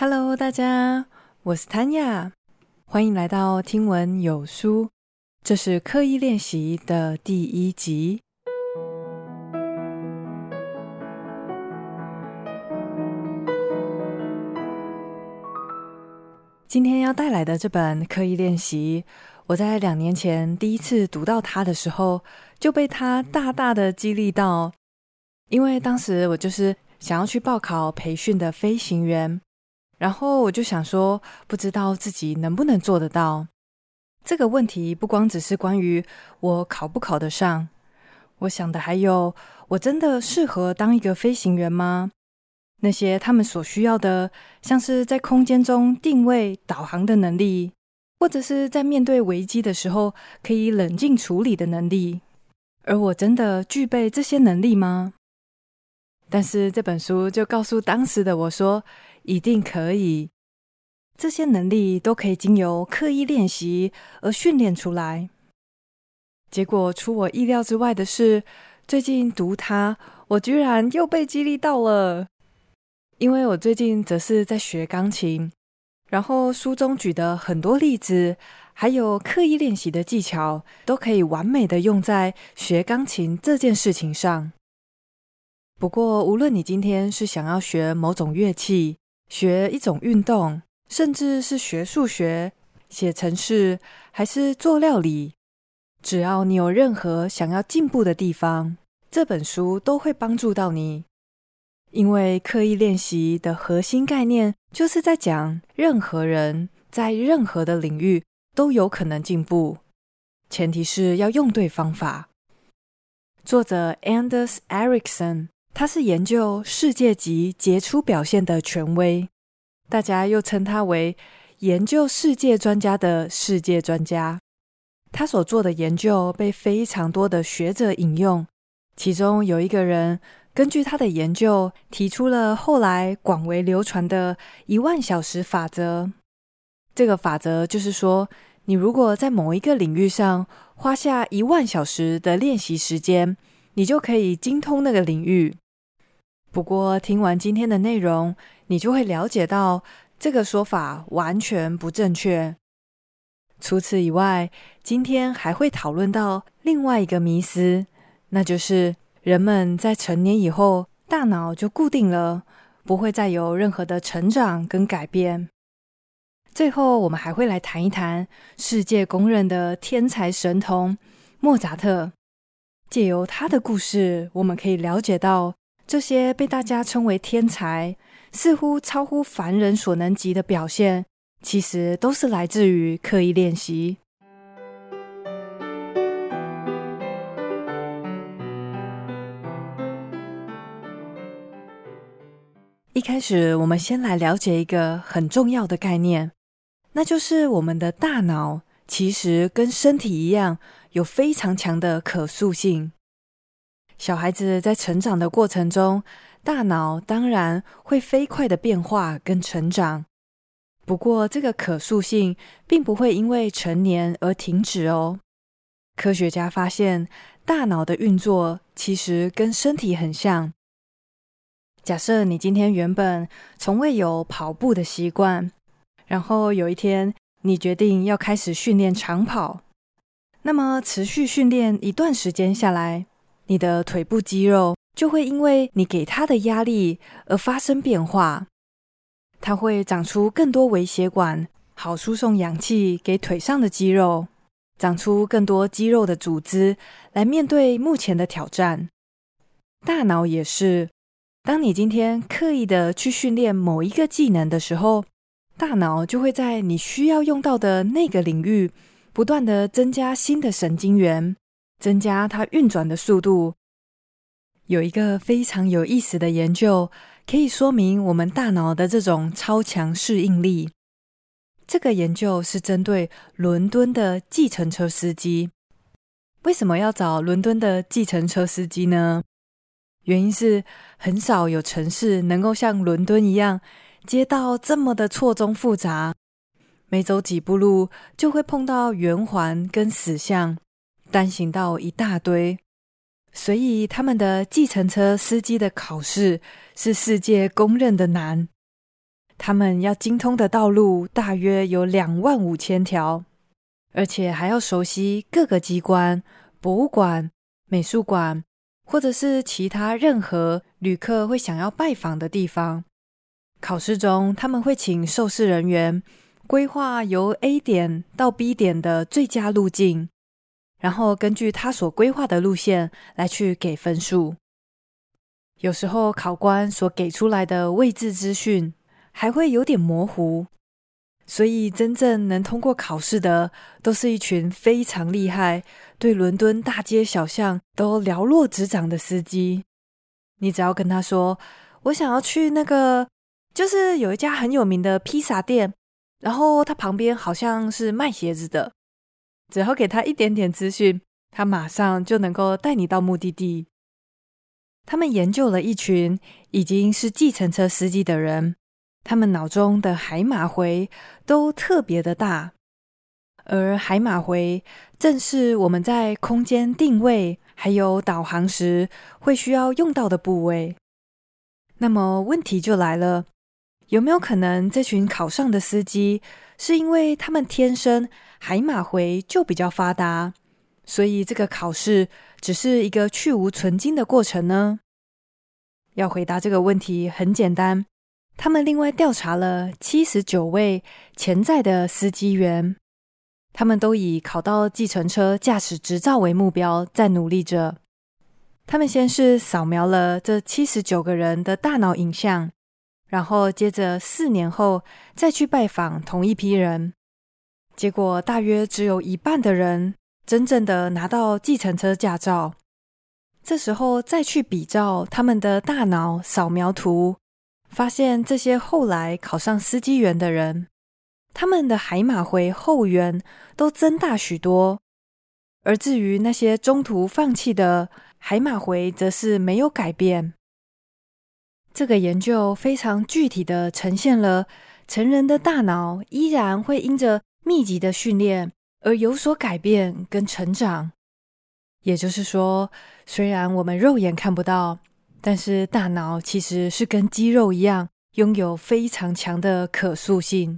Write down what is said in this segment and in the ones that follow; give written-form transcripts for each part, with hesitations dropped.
Hello， 大家，我是谭雅，欢迎来到听闻有书，这是刻意练习的第1集。今天要带来的这本刻意练习，我在2年前第一次读到它的时候，就被它大大的激励到，因为当时我就是想要去报考培训的飞行员，然后我就想说，不知道自己能不能做得到。这个问题不光只是关于我考不考得上，我想的还有，我真的适合当一个飞行员吗？那些他们所需要的，像是在空间中定位、导航的能力，或者是在面对危机的时候可以冷静处理的能力，而我真的具备这些能力吗？但是这本书就告诉当时的我说，一定可以，这些能力都可以经由刻意练习而训练出来。结果出我意料之外的是，最近读它，我居然又被激励到了。因为我最近则是在学钢琴，然后书中举的很多例子，还有刻意练习的技巧，都可以完美的用在学钢琴这件事情上。不过无论你今天是想要学某种乐器，学一种运动，甚至是学数学、写程式，还是做料理，只要你有任何想要进步的地方，这本书都会帮助到你。因为刻意练习的核心概念就是在讲任何人在任何的领域都有可能进步，前提是要用对方法。作者 Anders Ericsson， 他是研究世界级杰出表现的权威，大家又称他为研究世界专家的世界专家。他所做的研究被非常多的学者引用，其中有一个人根据他的研究提出了后来广为流传的10000小时法则。这个法则就是说，你如果在某一个领域上花下10000小时的练习时间，你就可以精通那个领域。不过听完今天的内容，你就会了解到这个说法完全不正确。除此以外，今天还会讨论到另外一个迷思，那就是人们在成年以后，大脑就固定了，不会再有任何的成长跟改变。最后我们还会来谈一谈世界公认的天才神童莫扎特，借由他的故事，我们可以了解到这些被大家称为天才，似乎超乎凡人所能及的表现，其实都是来自于刻意练习。一开始我们先来了解一个很重要的概念，那就是我们的大脑其实跟身体一样，有非常强的可塑性。小孩子在成长的过程中，大脑当然会飞快的变化跟成长，不过这个可塑性并不会因为成年而停止哦。科学家发现，大脑的运作其实跟身体很像。假设你今天原本从未有跑步的习惯，然后有一天你决定要开始训练长跑，那么持续训练一段时间下来，你的腿部肌肉就会因为你给它的压力而发生变化，它会长出更多微血管，好输送氧气给腿上的肌肉，长出更多肌肉的组织来面对目前的挑战。大脑也是，当你今天刻意的去训练某一个技能的时候，大脑就会在你需要用到的那个领域不断的增加新的神经元，增加它运转的速度。有一个非常有意思的研究，可以说明我们大脑的这种超强适应力。这个研究是针对伦敦的计程车司机。为什么要找伦敦的计程车司机呢？原因是很少有城市能够像伦敦一样，街道这么的错综复杂，每走几步路就会碰到圆环跟死巷，单行道一大堆。所以他们的计程车司机的考试是世界公认的难。 他们要精通的道路大约有25000条，而且还要熟悉各个机关、博物馆、美术馆，或者是其他任何旅客会想要拜访的地方。考试中，他们会请受试人员规划由 A 点到 B 点的最佳路径，然后根据他所规划的路线来去给分数。有时候考官所给出来的位置资讯还会有点模糊，所以真正能通过考试的都是一群非常厉害，对伦敦大街小巷都了若指掌的司机。你只要跟他说，我想要去那个就是有一家很有名的披萨店，然后他旁边好像是卖鞋子的，只要给他一点点资讯，他马上就能够带你到目的地。他们研究了一群已经是计程车司机的人，他们脑中的海马回都特别的大，而海马回正是我们在空间定位还有导航时会需要用到的部位。那么问题就来了，有没有可能这群考上的司机是因为他们天生海马回就比较发达，所以这个考试只是一个去无存菁的过程呢？要回答这个问题很简单，他们另外调查了79位潜在的司机员，他们都以考到计程车驾驶执照为目标在努力着。他们先是扫描了这79个人的大脑影像，然后接着4年后再去拜访同一批人，结果大约只有一半的人真正的拿到计程车驾照。这时候再去比照他们的大脑扫描图，发现这些后来考上司机员的人，他们的海马回后缘都增大许多，而至于那些中途放弃的海马回则是没有改变。这个研究非常具体的呈现了成人的大脑依然会因着密集的训练而有所改变跟成长。也就是说，虽然我们肉眼看不到，但是大脑其实是跟肌肉一样，拥有非常强的可塑性。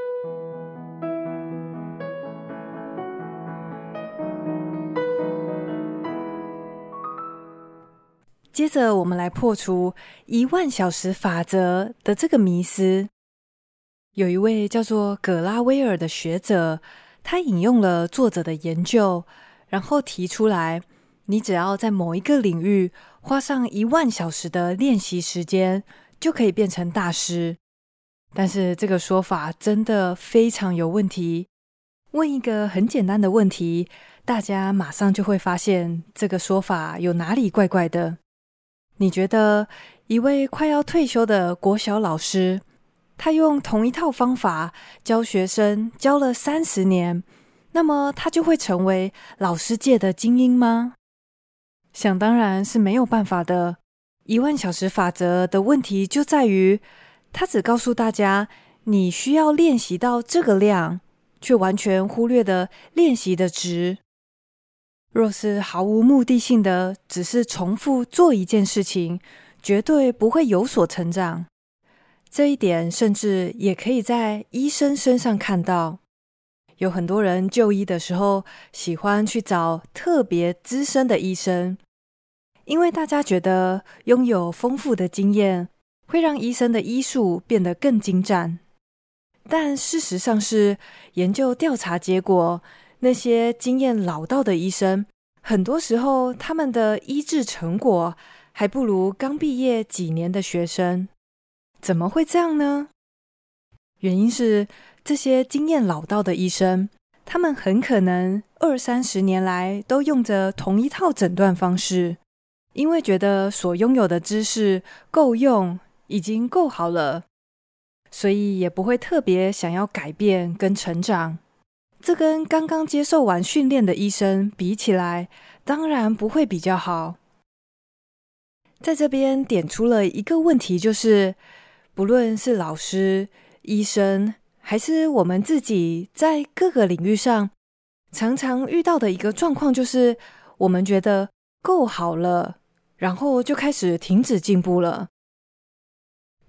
接着我们来破除10000小时法则的这个迷思。有一位叫做葛拉威尔的学者，他引用了作者的研究，然后提出来，你只要在某一个领域花上10000小时的练习时间，就可以变成大师。但是这个说法真的非常有问题。问一个很简单的问题，大家马上就会发现这个说法有哪里怪怪的。你觉得一位快要退休的国小老师，他用同一套方法教学生教了30年，那么他就会成为老师界的精英吗？想当然是没有办法的。10000小时法则的问题就在于，他只告诉大家你需要练习到这个量，却完全忽略了练习的值。若是毫无目的性的只是重复做一件事情，绝对不会有所成长。这一点甚至也可以在医生身上看到。有很多人就医的时候喜欢去找特别资深的医生，因为大家觉得拥有丰富的经验会让医生的医术变得更精湛。但事实上是，研究调查结果，那些经验老道的医生，很多时候他们的医治成果还不如刚毕业几年的学生。怎么会这样呢？原因是这些经验老道的医生，他们很可能20-30年来都用着同一套诊断方式，因为觉得所拥有的知识够用，已经够好了，所以也不会特别想要改变跟成长。这跟刚刚接受完训练的医生比起来，当然不会比较好。在这边点出了一个问题，就是不论是老师、医生，还是我们自己，在各个领域上常常遇到的一个状况，就是我们觉得够好了，然后就开始停止进步了。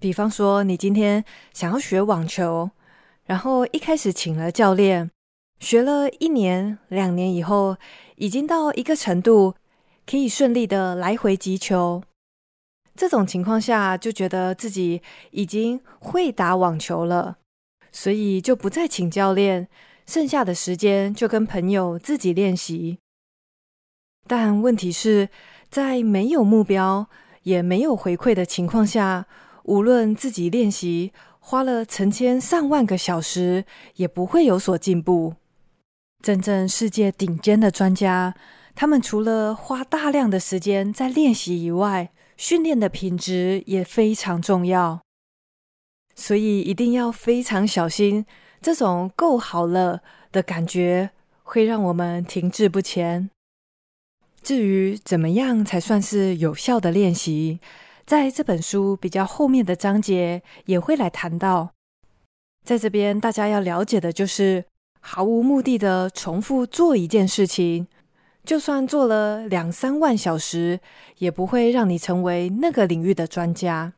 比方说你今天想要学网球，然后一开始请了教练，学了1年、2年以后，已经到一个程度，可以顺利的来回击球。这种情况下，就觉得自己已经会打网球了，所以就不再请教练，剩下的时间就跟朋友自己练习。但问题是，在没有目标也没有回馈的情况下，无论自己练习花了成千上万个小时，也不会有所进步。真正世界顶尖的专家，他们除了花大量的时间在练习以外，训练的品质也非常重要。所以一定要非常小心，这种够好了的感觉会让我们停滞不前。至于怎么样才算是有效的练习，在这本书比较后面的章节也会来谈到。在这边大家要了解的就是，毫无目的的重复做一件事情，就算做了2-3万小时，也不会让你成为那个领域的专家。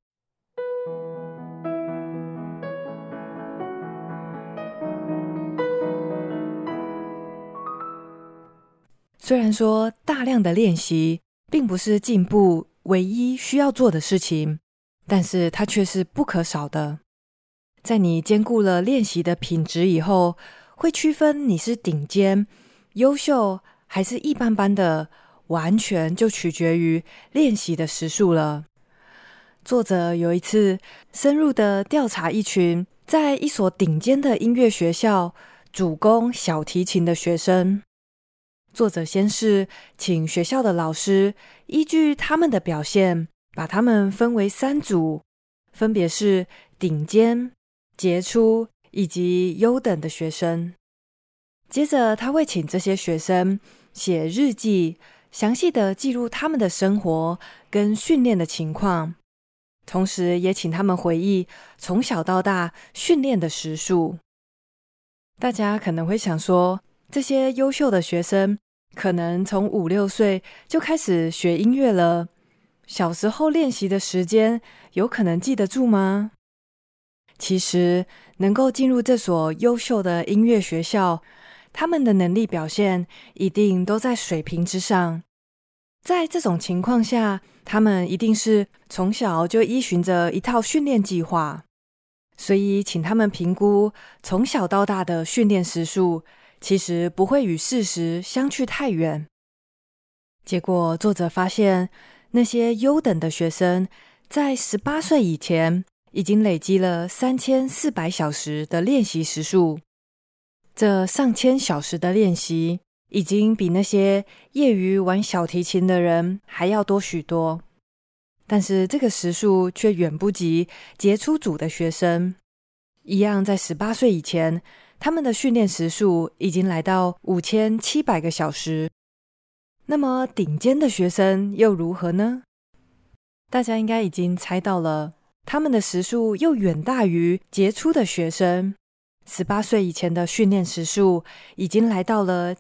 虽然说大量的练习并不是进步唯一需要做的事情，但是它却是不可少的。在你兼顾了练习的品质以后，会区分你是顶尖、优秀还是一般般的，完全就取决于练习的时数了。作者有一次深入的调查一群在一所顶尖的音乐学校主攻小提琴的学生。作者先是请学校的老师依据他们的表现，把他们分为3组，分别是顶尖、杰出以及优等的学生。接着他会请这些学生写日记，详细的记录他们的生活跟训练的情况，同时也请他们回忆从小到大训练的时数。大家可能会想说，这些优秀的学生可能从5-6岁就开始学音乐了，小时候练习的时间有可能记得住吗？其实能够进入这所优秀的音乐学校，他们的能力表现一定都在水平之上。在这种情况下，他们一定是从小就依循着一套训练计划，所以请他们评估从小到大的训练时数，其实不会与事实相去太远。结果作者发现，那些优等的学生在18岁以前已经累积了3400小时的练习时数。这上千小时的练习已经比那些业余玩小提琴的人还要多许多，但是这个时数却远不及杰出组的学生。一样在18岁以前，他们的训练时数已经来到5700个小时。那么顶尖的学生又如何呢？大家应该已经猜到了，他们的时数又远大于杰出的学生。18岁以前的训练时数已经来到了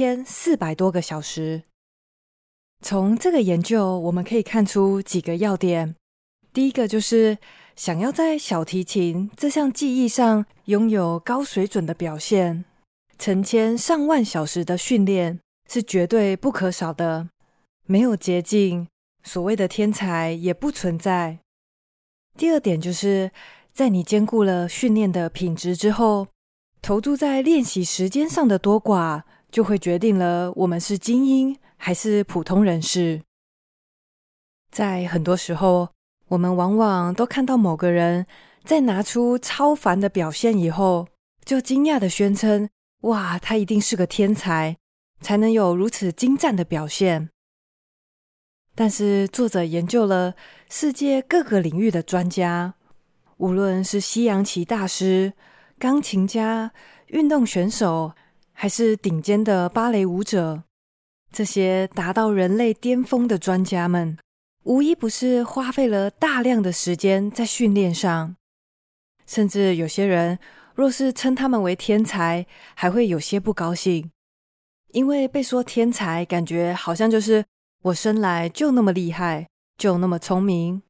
7400多个小时。从这个研究我们可以看出几个要点。第一个就是想要在小提琴这项技艺上拥有高水准的表现，成千上万小时的训练是绝对不可少的，没有捷径，所谓的天才也不存在。第二点就是在你兼顾了训练的品质之后，投注在练习时间上的多寡，就会决定了我们是精英还是普通人士。在很多时候，我们往往都看到某个人在拿出超凡的表现以后，就惊讶地宣称，哇，他一定是个天才，才能有如此精湛的表现。但是作者研究了世界各个领域的专家，无论是西洋棋大师、钢琴家、运动选手，还是顶尖的芭蕾舞者，这些达到人类巅峰的专家们，无一不是花费了大量的时间在训练上。甚至有些人若是称他们为天才，还会有些不高兴，因为被说天才，感觉好像就是我生来就那么厉害，就那么聪明。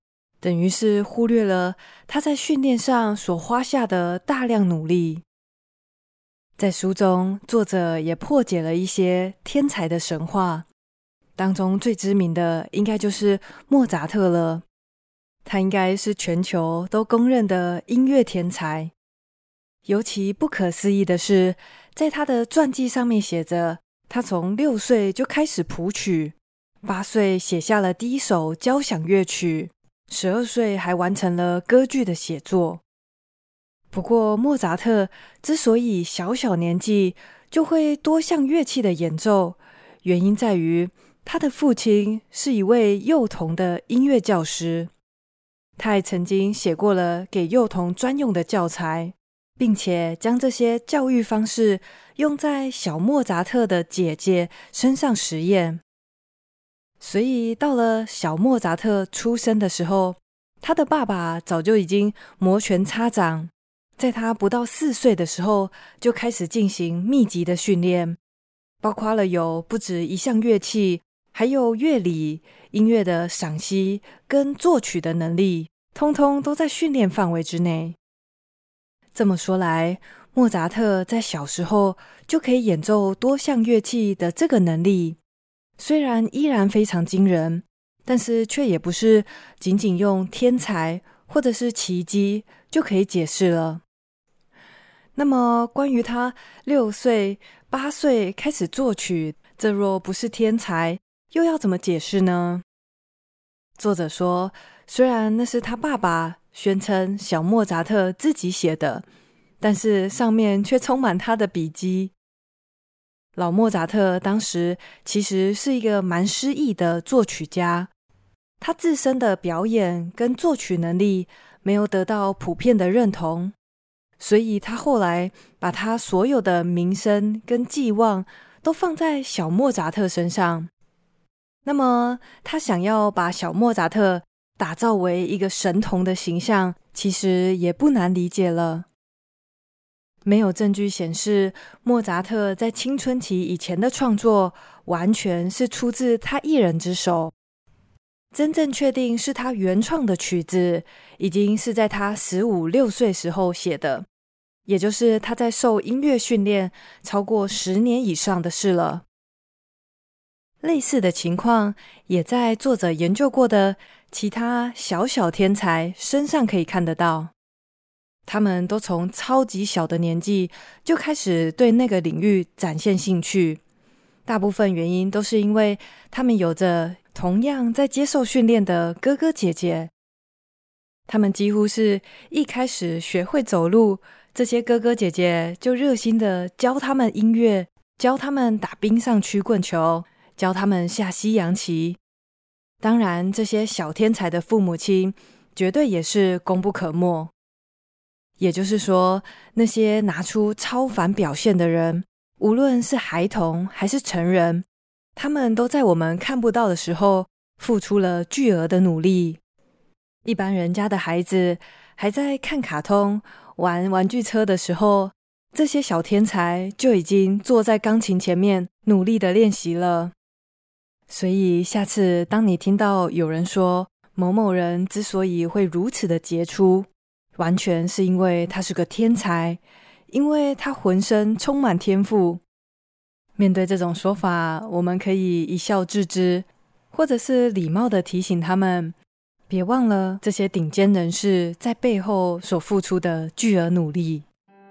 等于是忽略了他在训练上所花下的大量努力。在书中，作者也破解了一些天才的神话，当中最知名的应该就是莫扎特了。他应该是全球都公认的音乐天才。尤其不可思议的是，在他的传记上面写着，他从6岁就开始谱曲，8岁写下了第一首交响乐曲，12岁还完成了歌剧的写作。不过莫扎特之所以小小年纪就会多项乐器的演奏，原因在于他的父亲是一位幼童的音乐教师，他还曾经写过了给幼童专用的教材，并且将这些教育方式用在小莫扎特的姐姐身上实验。所以到了小莫扎特出生的时候，他的爸爸早就已经摩拳擦掌，在他不到4岁的时候就开始进行密集的训练，包括了有不止一项乐器，还有乐理、音乐的赏析跟作曲的能力，通通都在训练范围之内。这么说来，莫扎特在小时候就可以演奏多项乐器的这个能力，虽然依然非常惊人，但是却也不是仅仅用天才或者是奇迹就可以解释了。那么关于他6岁、8岁开始作曲，这若不是天才，又要怎么解释呢？作者说，虽然那是他爸爸宣称小莫扎特自己写的，但是上面却充满他的笔迹。老莫扎特当时其实是一个蛮失意的作曲家，他自身的表演跟作曲能力没有得到普遍的认同，所以他后来把他所有的名声跟寄望都放在小莫扎特身上。那么他想要把小莫扎特打造为一个神童的形象，其实也不难理解了。没有证据显示莫扎特在青春期以前的创作完全是出自他一人之手，真正确定是他原创的曲子，已经是在他15、16岁时候写的，也就是他在受音乐训练超过10年以上的事了。类似的情况也在作者研究过的其他小小天才身上可以看得到，他们都从超级小的年纪就开始对那个领域展现兴趣，大部分原因都是因为他们有着同样在接受训练的哥哥姐姐，他们几乎是一开始学会走路，这些哥哥姐姐就热心的教他们音乐，教他们打冰上曲棍球，教他们下西洋棋。当然，这些小天才的父母亲绝对也是功不可没。也就是说，那些拿出超凡表现的人，无论是孩童还是成人，他们都在我们看不到的时候付出了巨额的努力。一般人家的孩子还在看卡通、玩玩具车的时候，这些小天才就已经坐在钢琴前面努力的练习了。所以下次当你听到有人说某某人之所以会如此的杰出，完全是因为他是个天才，因为他浑身充满天赋。面对这种说法，我们可以一笑置之，或者是礼貌的提醒他们，别忘了这些顶尖人士在背后所付出的巨额努力。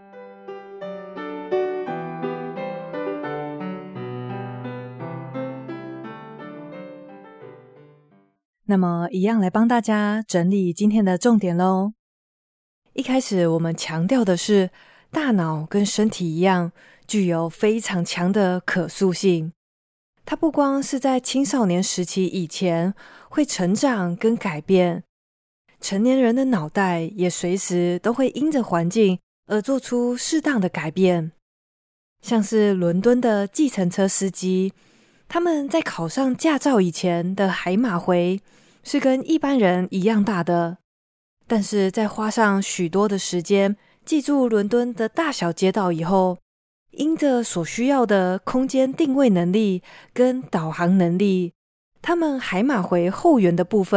那么一样来帮大家整理今天的重点咯。一开始我们强调的是，大脑跟身体一样，具有非常强的可塑性。它不光是在青少年时期以前会成长跟改变，成年人的脑袋也随时都会因着环境而做出适当的改变。像是伦敦的计程车司机，他们在考上驾照以前的海马回是跟一般人一样大的，但是在花上许多的时间记住伦敦的大小街道以后，因着所需要的空间定位能力跟导航能力，他们海马回后缘的部分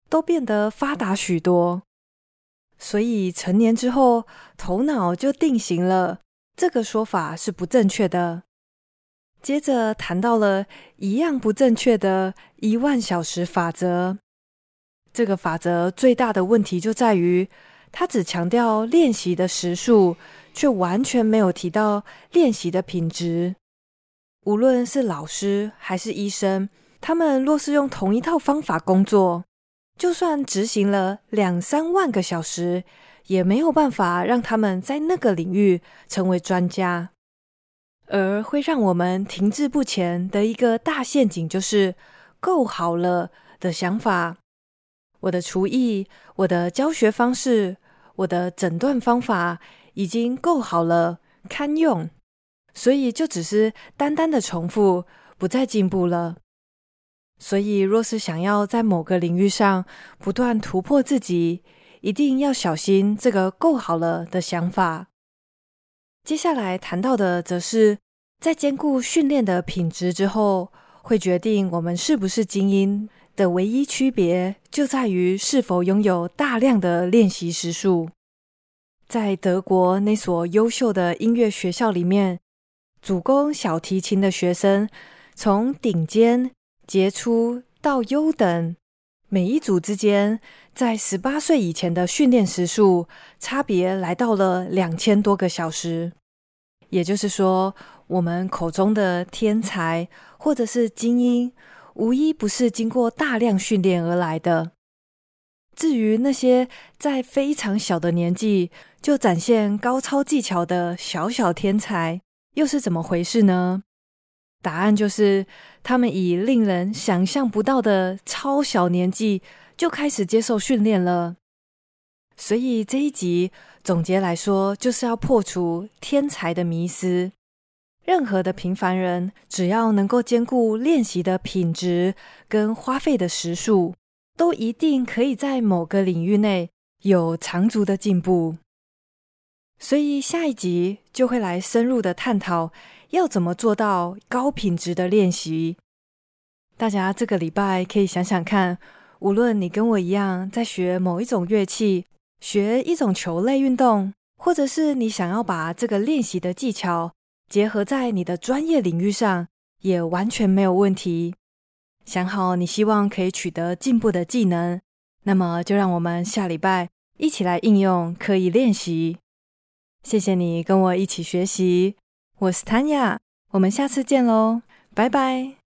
都变得发达许多。所以成年之后，头脑就定型了，这个说法是不正确的。接着谈到了一样不正确的10000小时法则。这个法则最大的问题就在于，它只强调练习的时数，却完全没有提到练习的品质。无论是老师还是医生，他们若是用同一套方法工作，就算执行了2-3万个小时，也没有办法让他们在那个领域成为专家。而会让我们停滞不前的一个大陷阱，就是够好了的想法。我的厨艺，我的教学方式，我的诊断方法已经够好了，堪用，所以就只是单单的重复，不再进步了。所以若是想要在某个领域上不断突破自己，一定要小心这个够好了的想法。接下来谈到的则是，在兼顾训练的品质之后，会决定我们是不是精英的唯一区别，就在于是否拥有大量的练习时数。在德国那所优秀的音乐学校里面，主攻小提琴的学生，从顶尖、杰出到优等，每一组之间在18岁以前的训练时数差别来到了2000多个小时。也就是说，我们口中的天才或者是精英，无一不是经过大量训练而来的。至于那些在非常小的年纪就展现高超技巧的小小天才，又是怎么回事呢？答案就是他们以令人想象不到的超小年纪就开始接受训练了。所以这一集总结来说，就是要破除天才的迷思。任何的平凡人，只要能够兼顾练习的品质跟花费的时数，都一定可以在某个领域内有长足的进步。所以下一集就会来深入的探讨要怎么做到高品质的练习。大家这个礼拜可以想想看，无论你跟我一样在学某一种乐器，学一种球类运动，或者是你想要把这个练习的技巧结合在你的专业领域上，也完全没有问题。想好你希望可以取得进步的技能，那么就让我们下礼拜一起来应用刻意练习。谢谢你跟我一起学习，我是Tanya，我们下次见咯，拜拜。